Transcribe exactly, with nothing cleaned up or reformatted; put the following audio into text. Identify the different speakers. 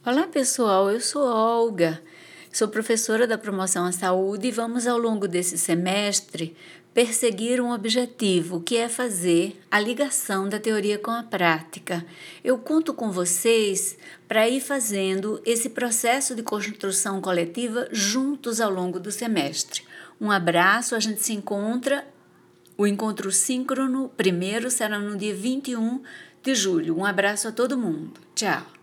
Speaker 1: Olá pessoal, eu sou Olga, sou professora da Promoção à Saúde e vamos ao longo desse semestre perseguir um objetivo, que é fazer a ligação da teoria com a prática. Eu conto com vocês para ir fazendo esse processo de construção coletiva juntos ao longo do semestre. Um abraço, a gente se encontra, o encontro síncrono primeiro será no dia vinte e um de julho. Um abraço a todo mundo, tchau!